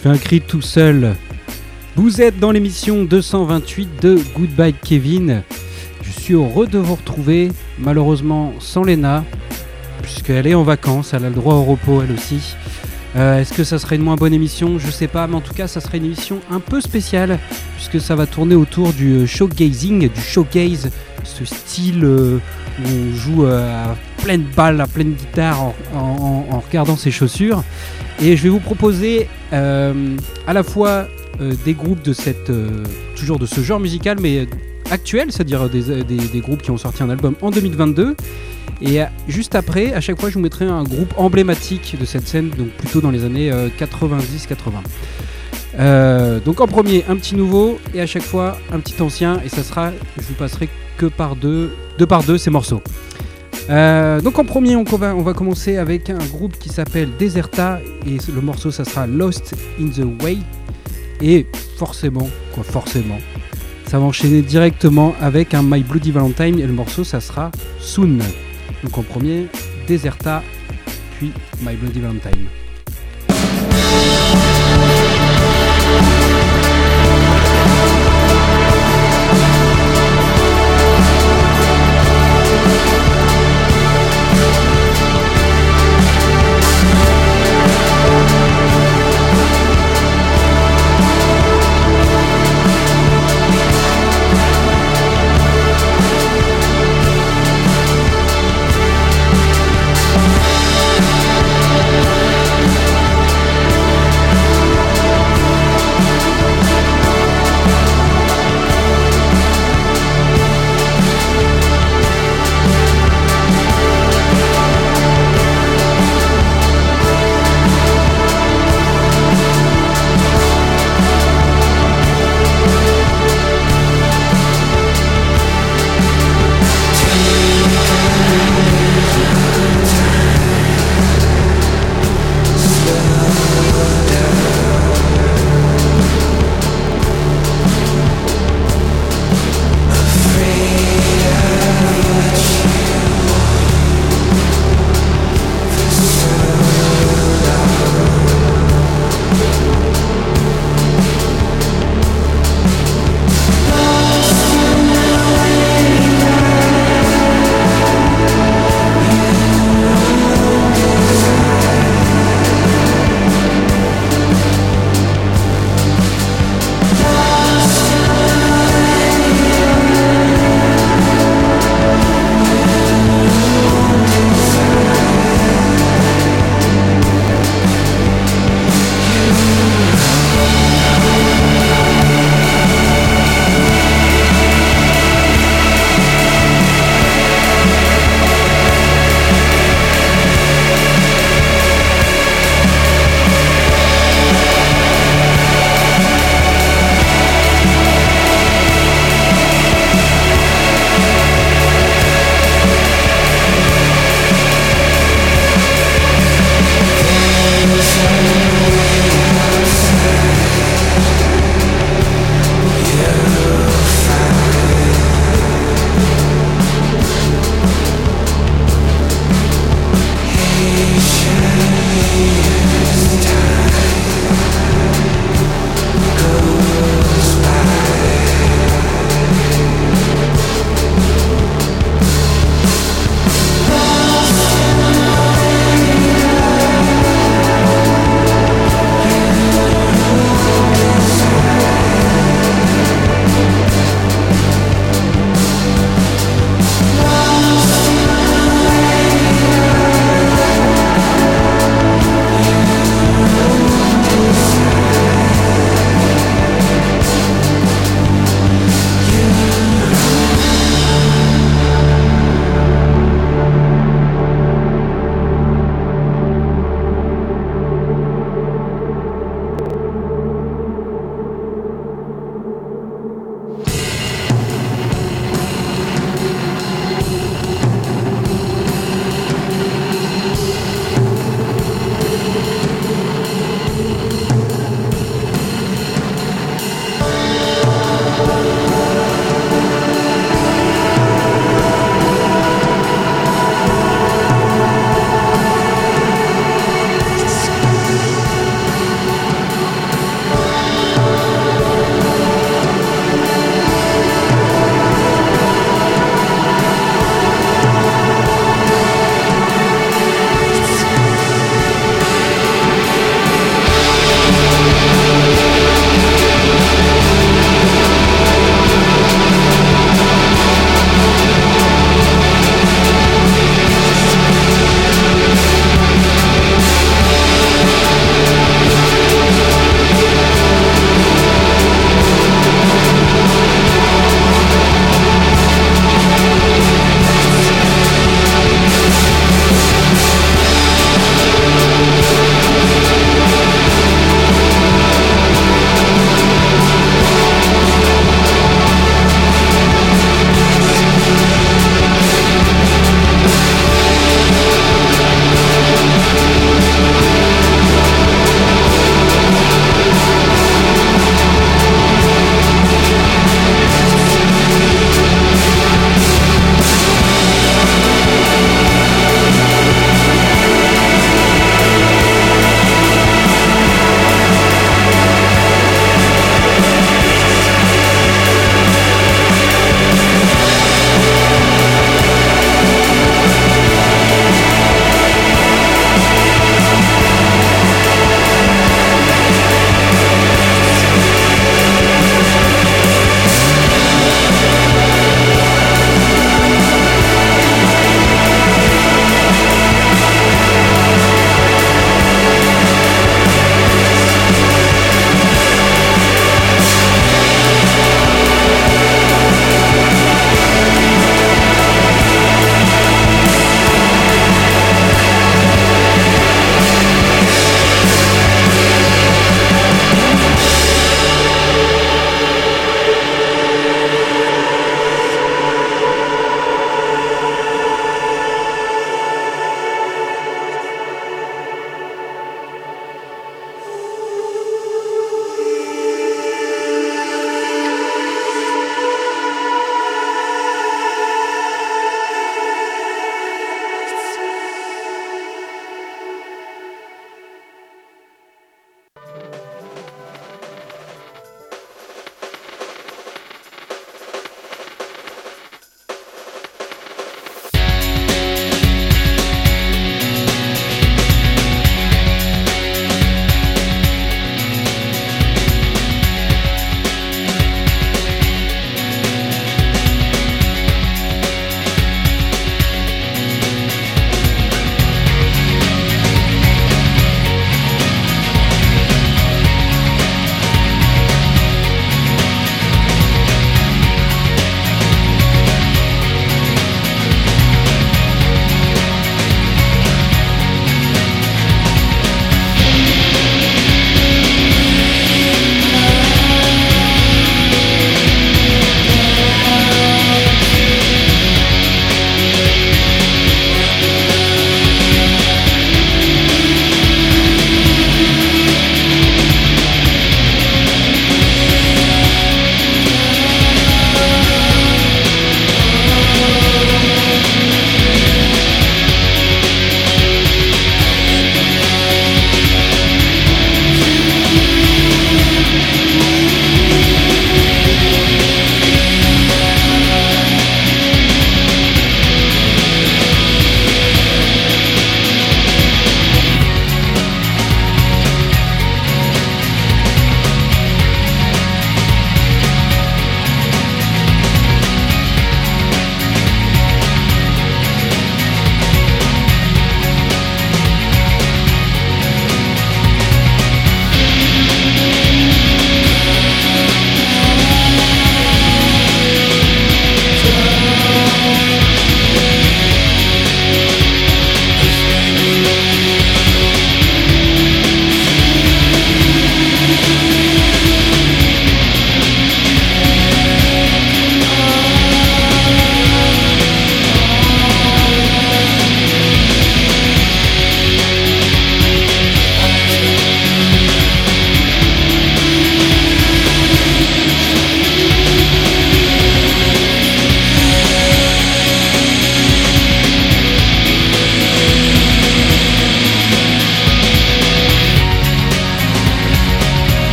fais un cri tout seul. Vous êtes dans l'émission 228 de Goodbye Kevin. Je suis heureux de vous retrouver, malheureusement sans Léna, puisqu'elle est en vacances, elle a le droit au repos elle aussi. Est-ce que ça serait une moins bonne émission ? Je sais pas, mais en tout cas ça serait une émission un peu spéciale, puisque ça va tourner autour du showgazing, du showgaze, ce style où on joue à pleine balle, à pleine guitare en regardant ses chaussures. Et je vais vous proposer à la fois des groupes de toujours de ce genre musical, mais actuel, c'est-à-dire des groupes qui ont sorti un album en 2022. Et juste après, à chaque fois, je vous mettrai un groupe emblématique de cette scène, donc plutôt dans les années 90-80. Donc en premier, un petit nouveau, et à chaque fois, un petit ancien, et ça sera, je vous passerai que par deux ces morceaux. Donc en premier, on va commencer avec un groupe qui s'appelle Deserta, et le morceau, ça sera Lost in the Way. Et forcément, ça va enchaîner directement avec un My Bloody Valentine, et le morceau, ça sera Soon. Donc en premier, Deserta, puis My Bloody Valentine.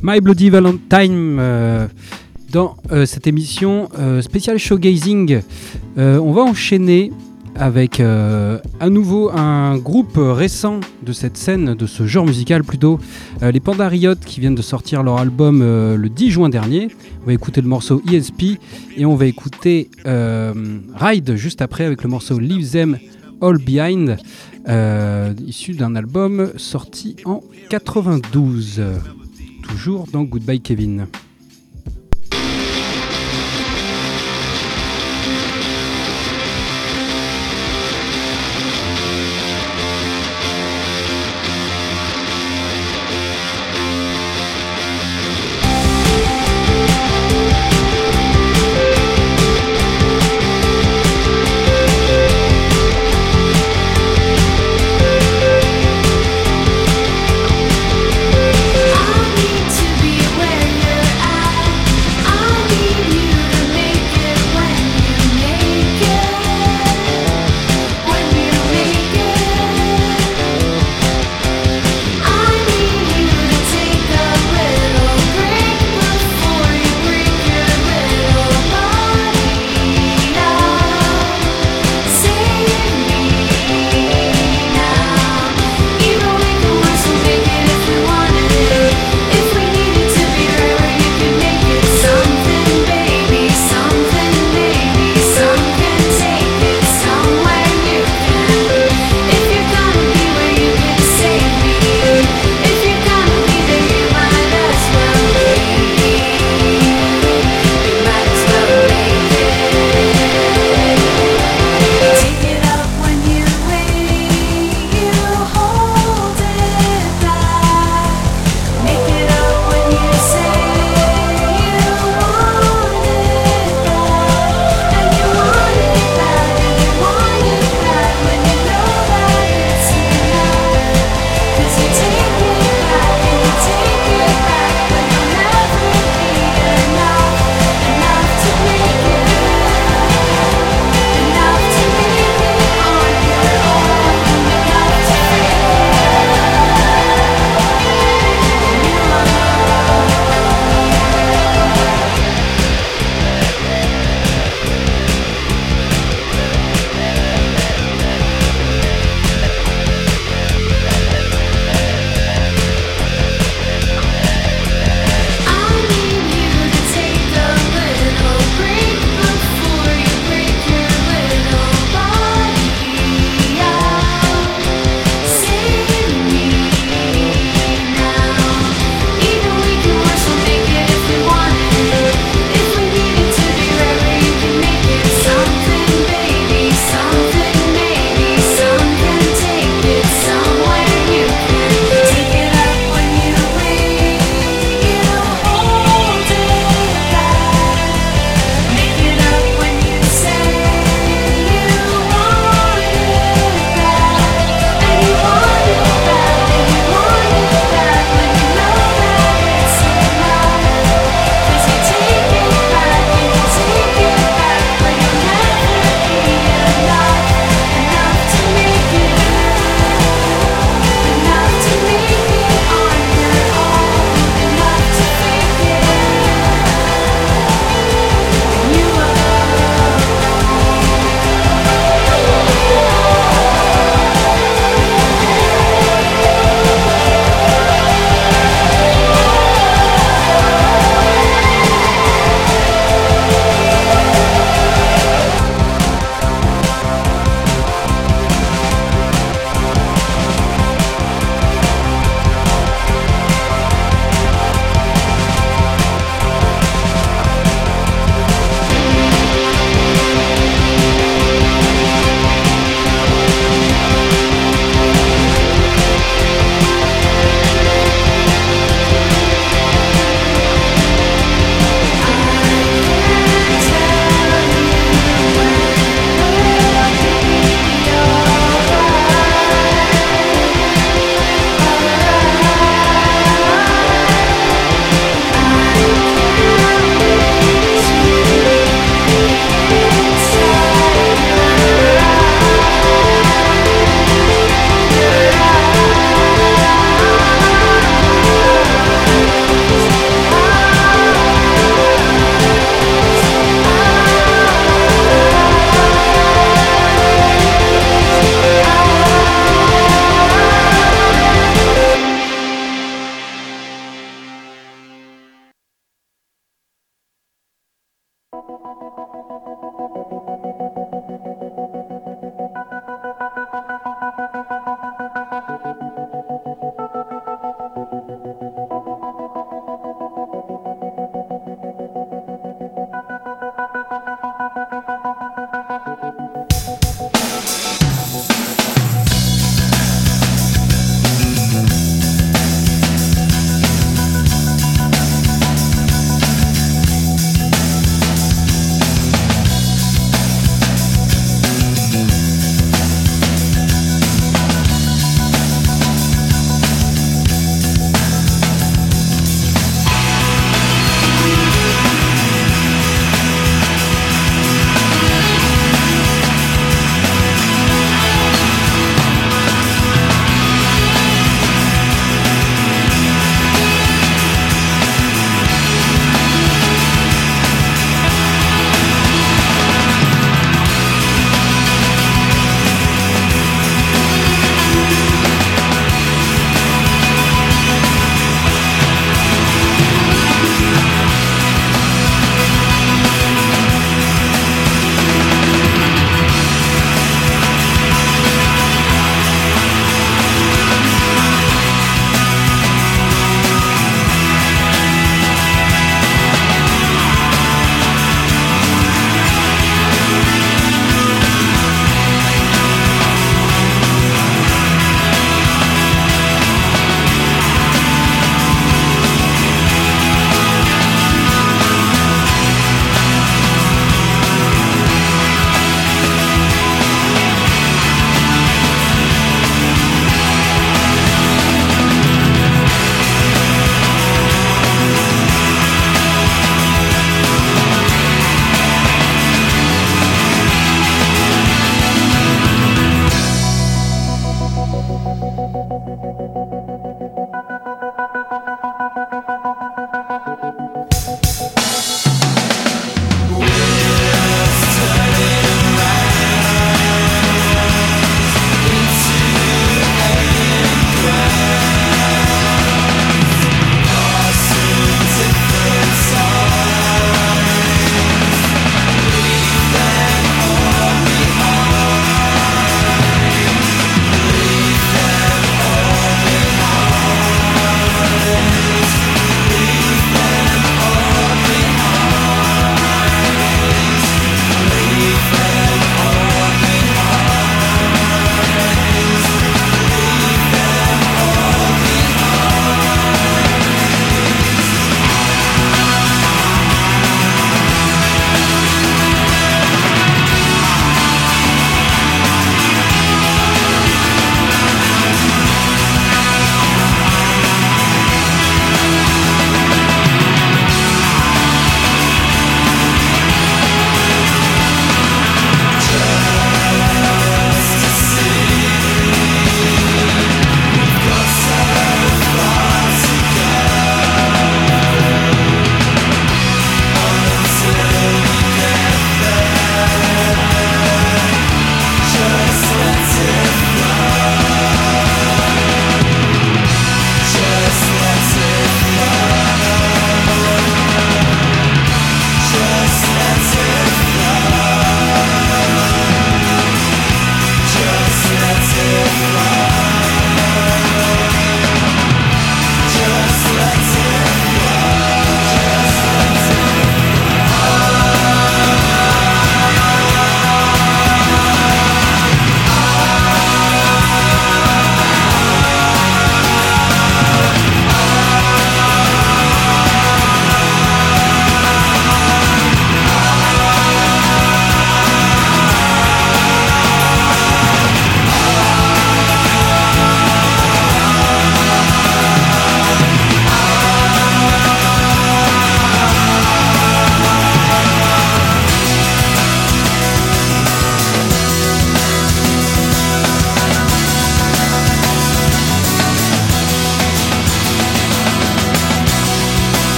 My Bloody Valentine dans cette émission spéciale showgazing. On va enchaîner avec à nouveau un groupe récent de cette scène, de ce genre musical plutôt, les Panda Riot, qui viennent de sortir leur album le 10 juin dernier. On va écouter le morceau ESP et on va écouter Ride juste après avec le morceau Leave Them All Behind, issu d'un album sorti en 92. Toujours dans Goodbye Kevin. I need to be where you're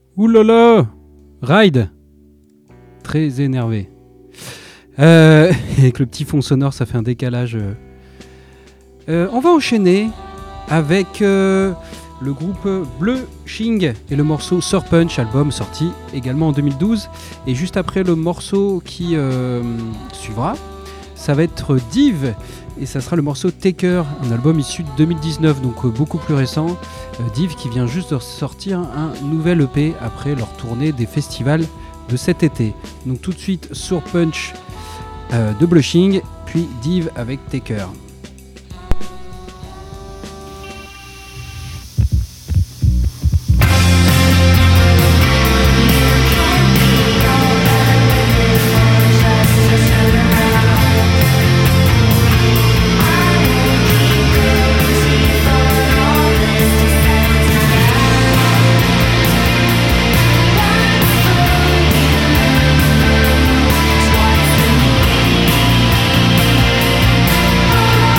Ouh là là, Ride. Très énervé. Avec le petit fond sonore, ça fait un décalage. On va enchaîner avec le groupe Blushing et le morceau Sour Punch, album sorti également en 2012. Et juste après le morceau qui suivra, ça va être Div et ça sera le morceau Taker, un album issu de 2019, donc beaucoup plus récent. Div qui vient juste de sortir un nouvel EP après leur tournée des festivals de cet été. Donc tout de suite Sour Punch de Blushing, puis Div avec Taker. Oh,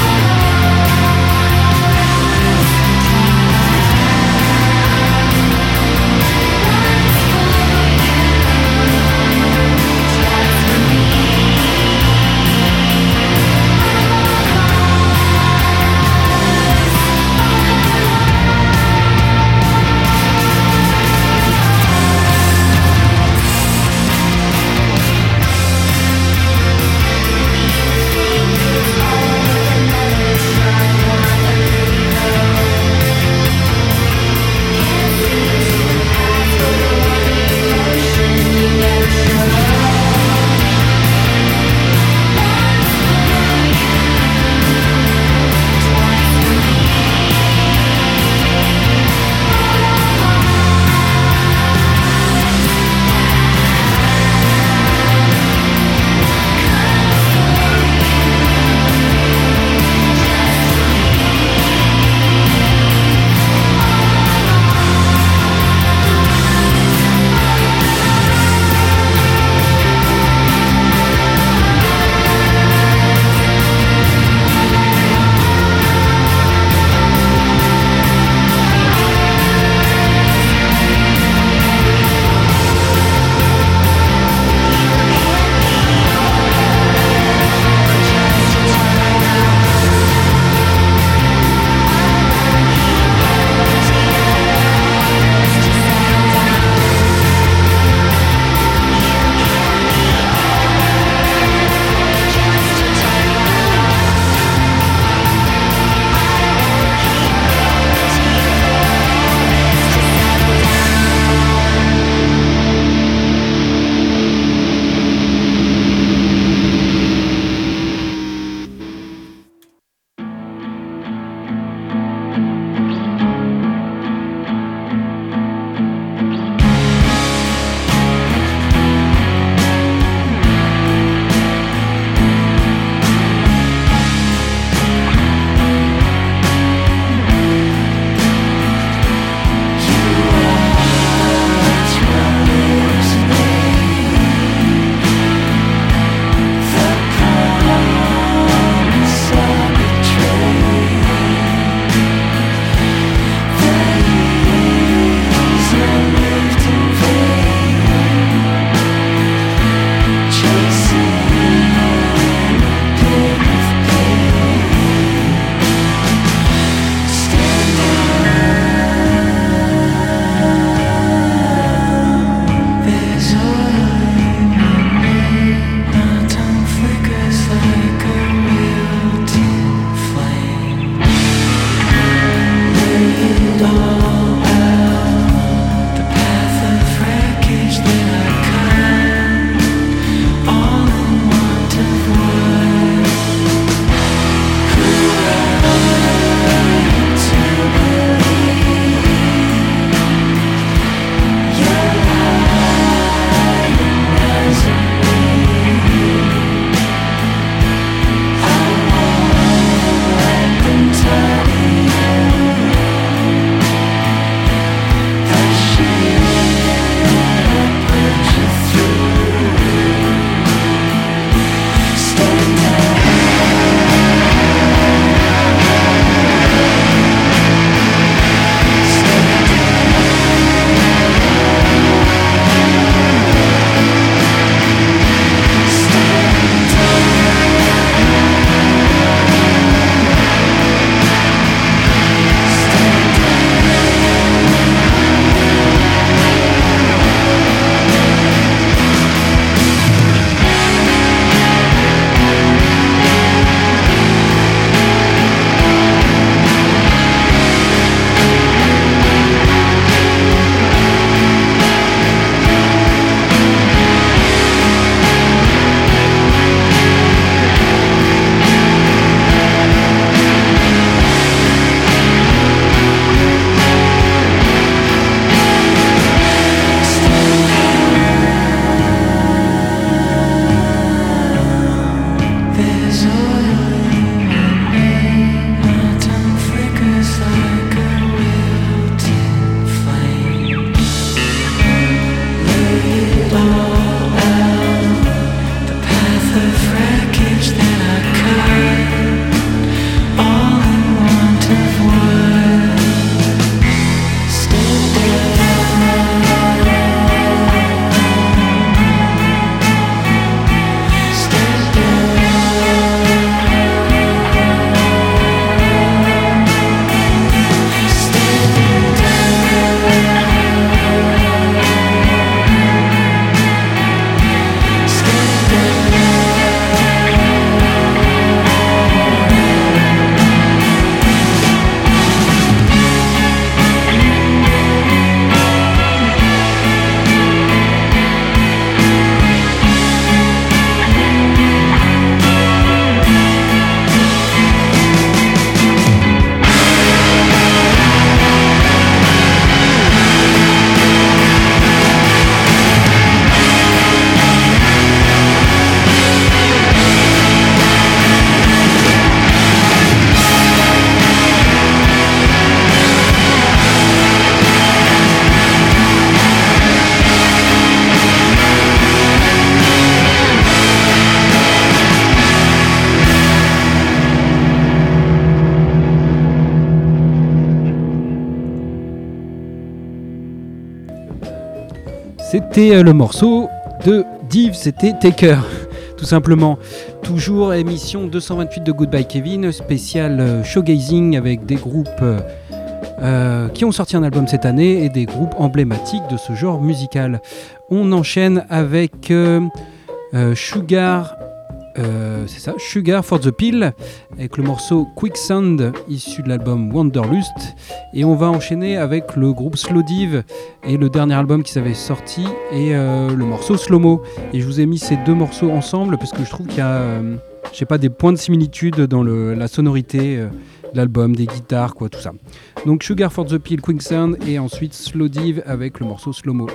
C'était le morceau de Div, c'était Taker, tout simplement. Toujours émission 228 de Goodbye Kevin, spécial showgazing avec des groupes qui ont sorti un album cette année et des groupes emblématiques de ce genre musical. On enchaîne avec Sugar for the Pill, avec le morceau Quicksand issu de l'album Wanderlust, et on va enchaîner avec le groupe Slowdive et le dernier album qui s'avait sorti et le morceau Slow Mo. Et je vous ai mis ces deux morceaux ensemble parce que je trouve qu'il y a des points de similitude dans la sonorité de l'album, des guitares, quoi, tout ça. Donc Sugar for the Pill, Quicksand, et ensuite Slowdive avec le morceau Slow Mo.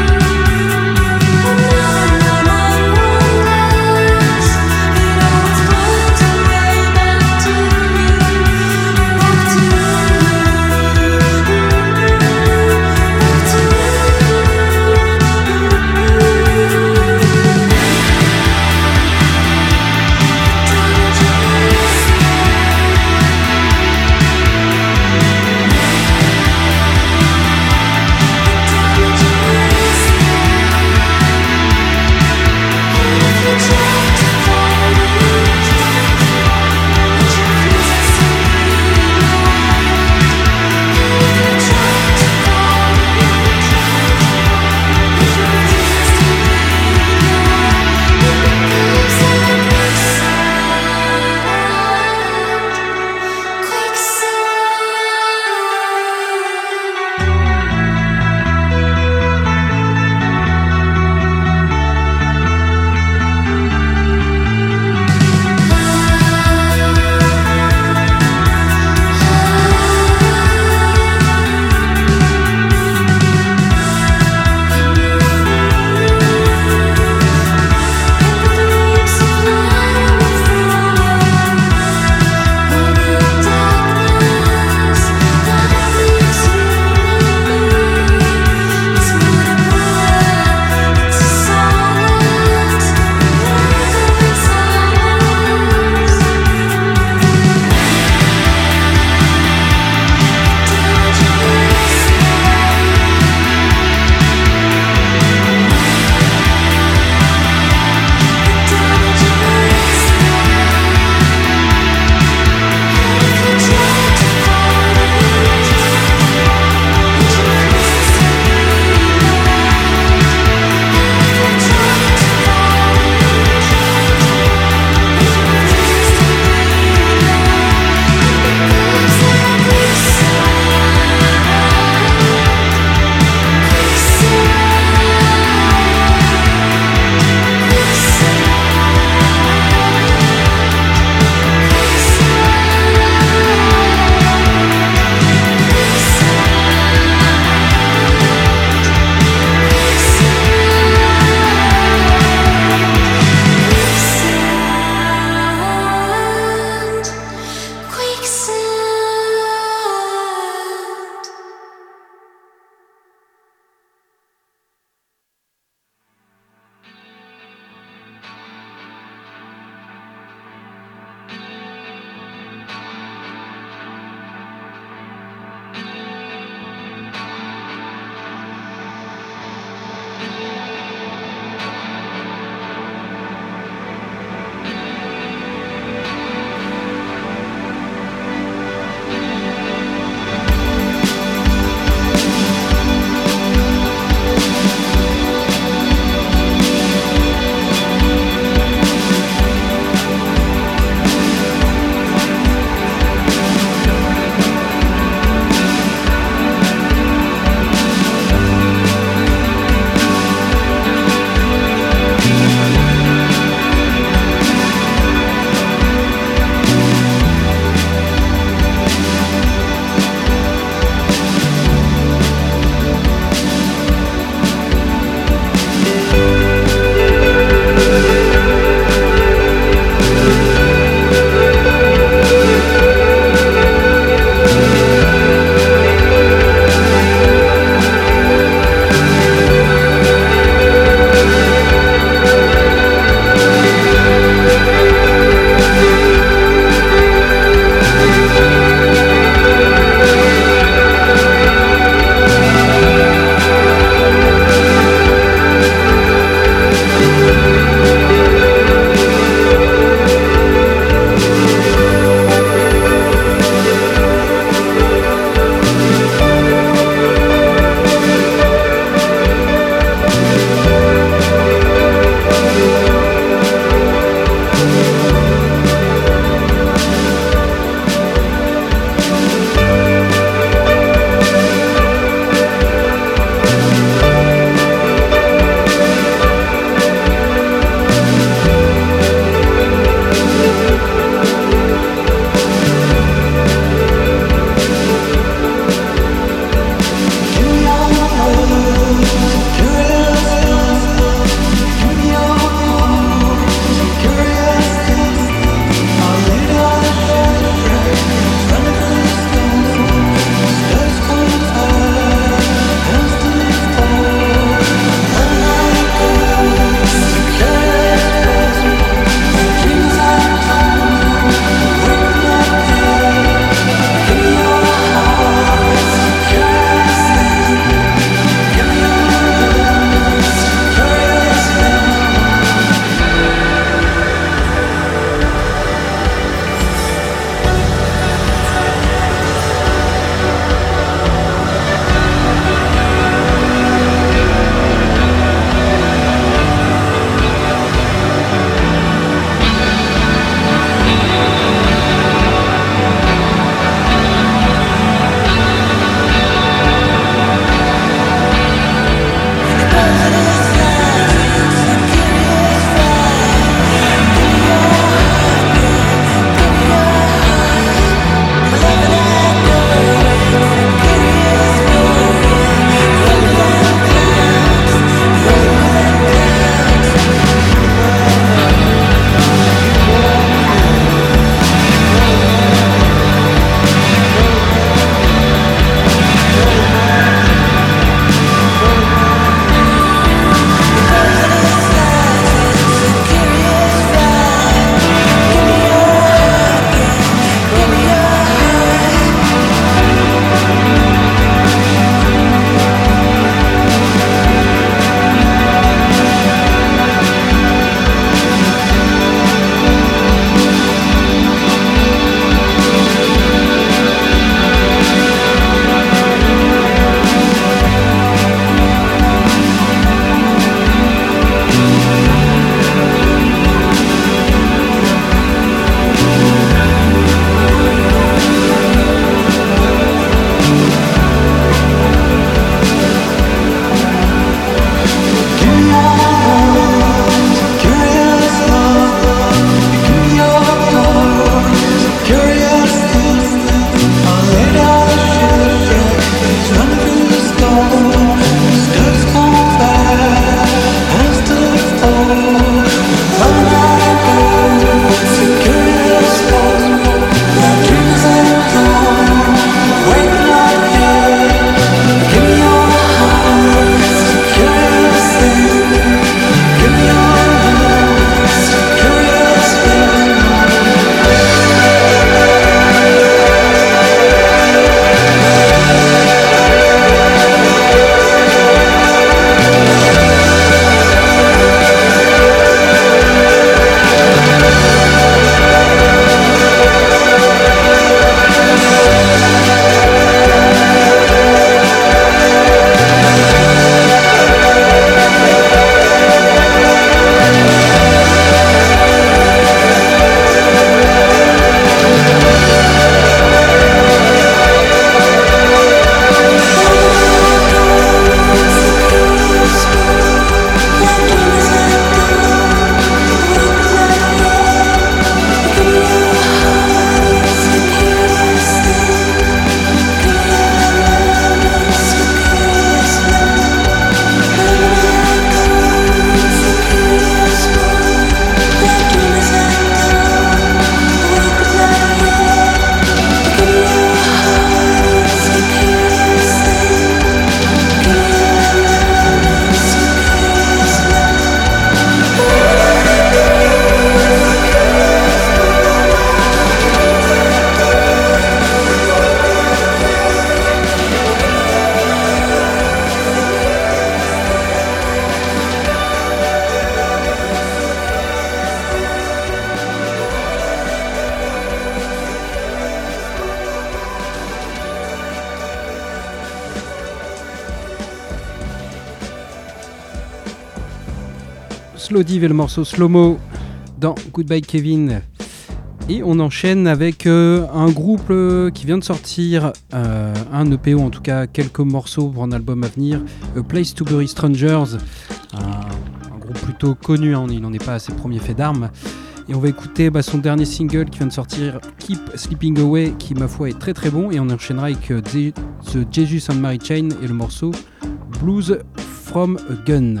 Slowdive et le morceau Slow-Mo dans Goodbye Kevin. Et on enchaîne avec un groupe qui vient de sortir un EP ou en tout cas quelques morceaux pour un album à venir, A Place to Bury Strangers, un groupe plutôt connu, hein, il n'en est pas à ses premiers faits d'armes. Et on va écouter son dernier single qui vient de sortir, Keep Sleeping Away, qui ma foi est très très bon. Et on enchaînera avec The Jesus and Mary Chain et le morceau Blues from a Gun.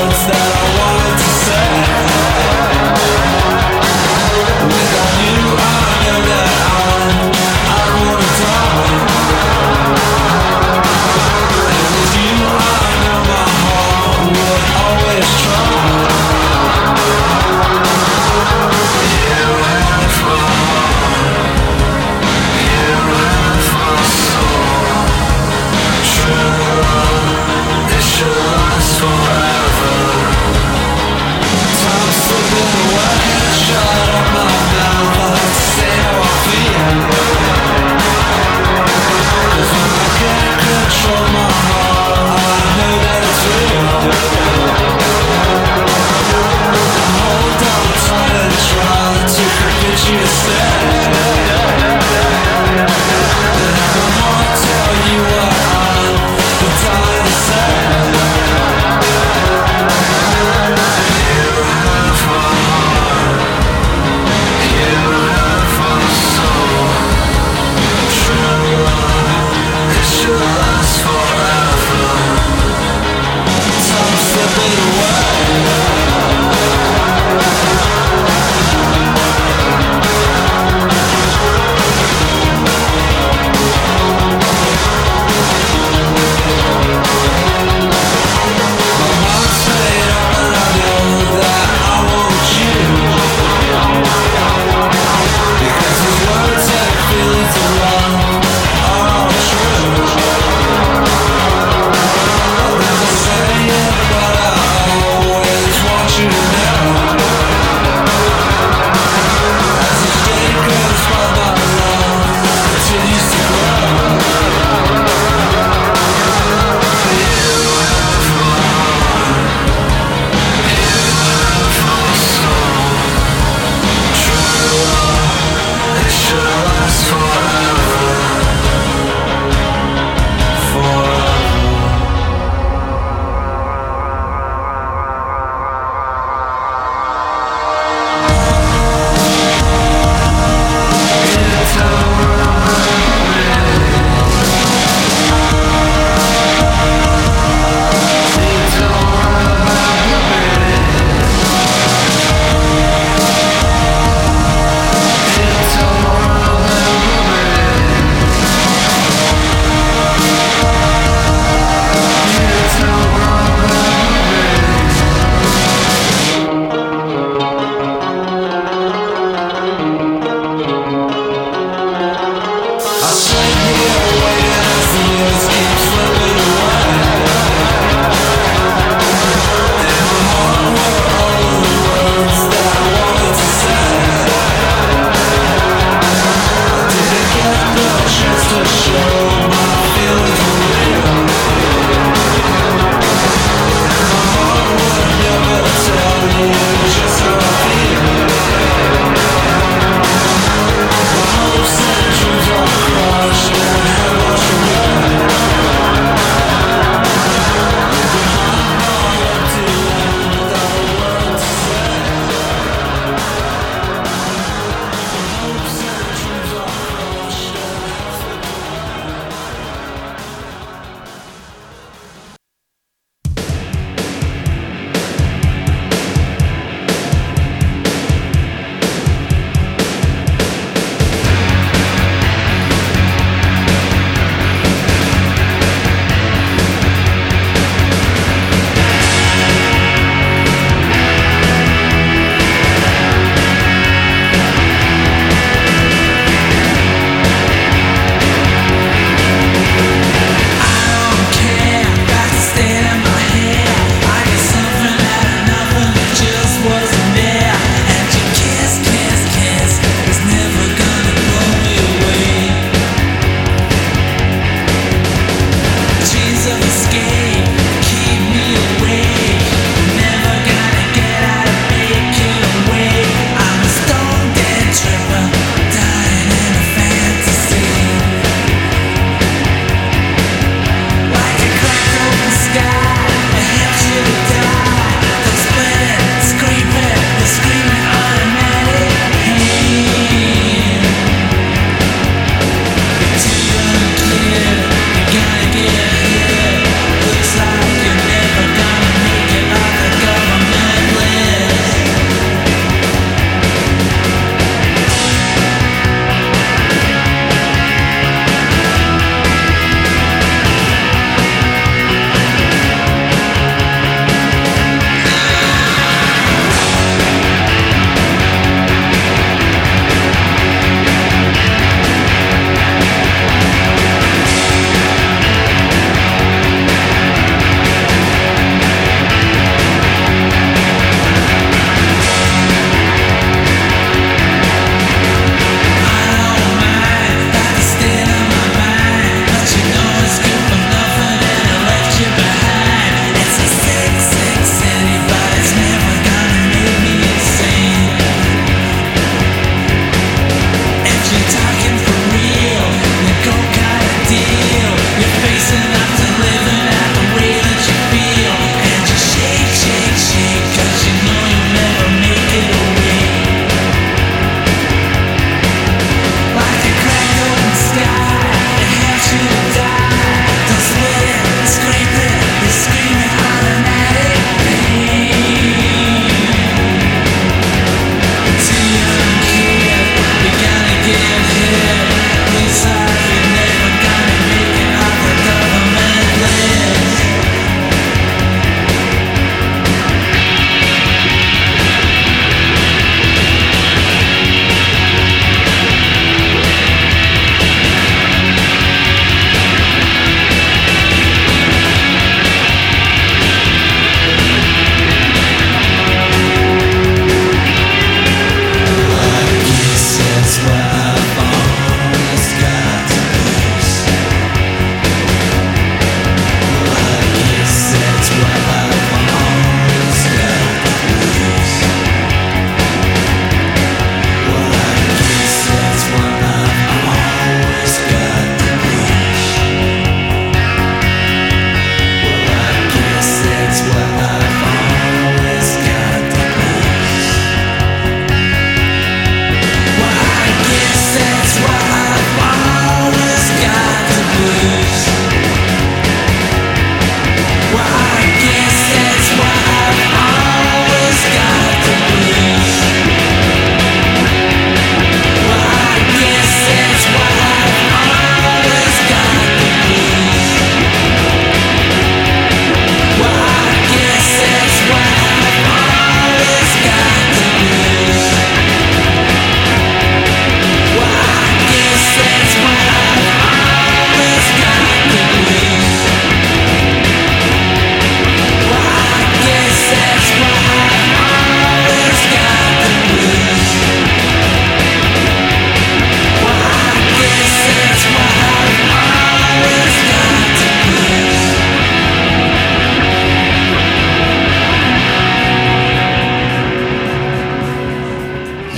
You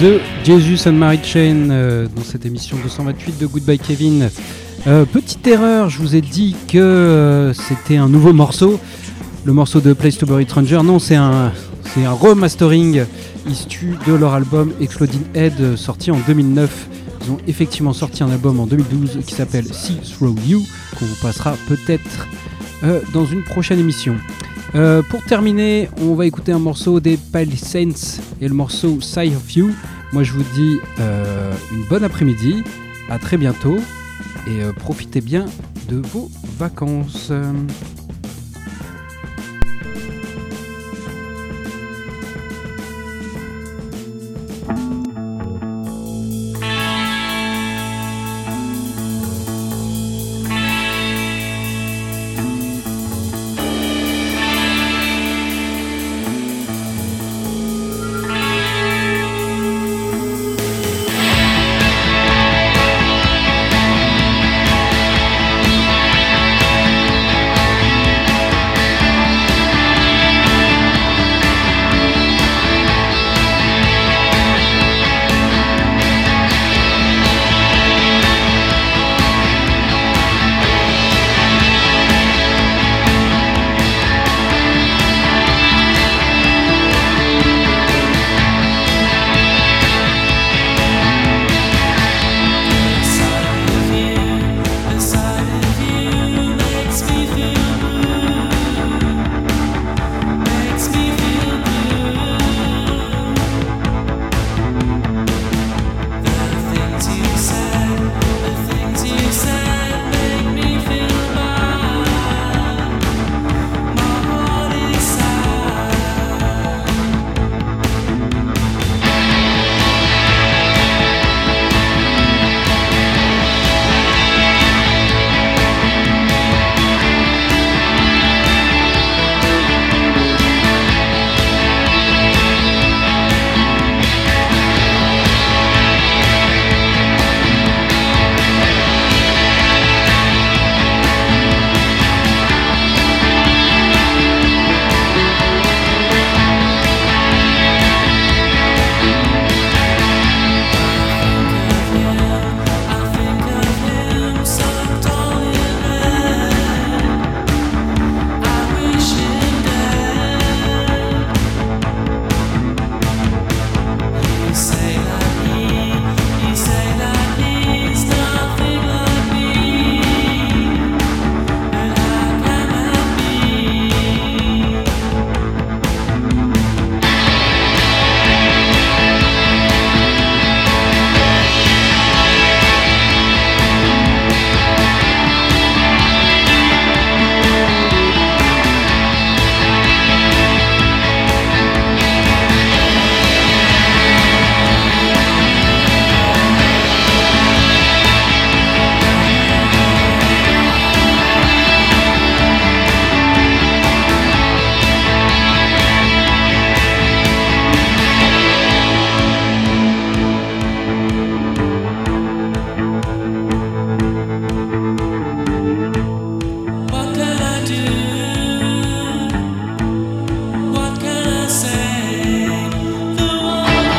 The Jesus and Mary Chain dans cette émission 228 de Goodbye Kevin. Petite erreur, je vous ai dit que c'était un nouveau morceau, le morceau de Place to Bury Stranger. Non, c'est un remastering issu de leur album Exploding Head sorti en 2009. Ils ont effectivement sorti un album en 2012 qui s'appelle See Through You, qu'on vous passera peut-être dans une prochaine émission. Pour terminer, on va écouter un morceau des Pale Saints et le morceau Side of You. Moi je vous dis une bonne après-midi, à très bientôt et profitez bien de vos vacances.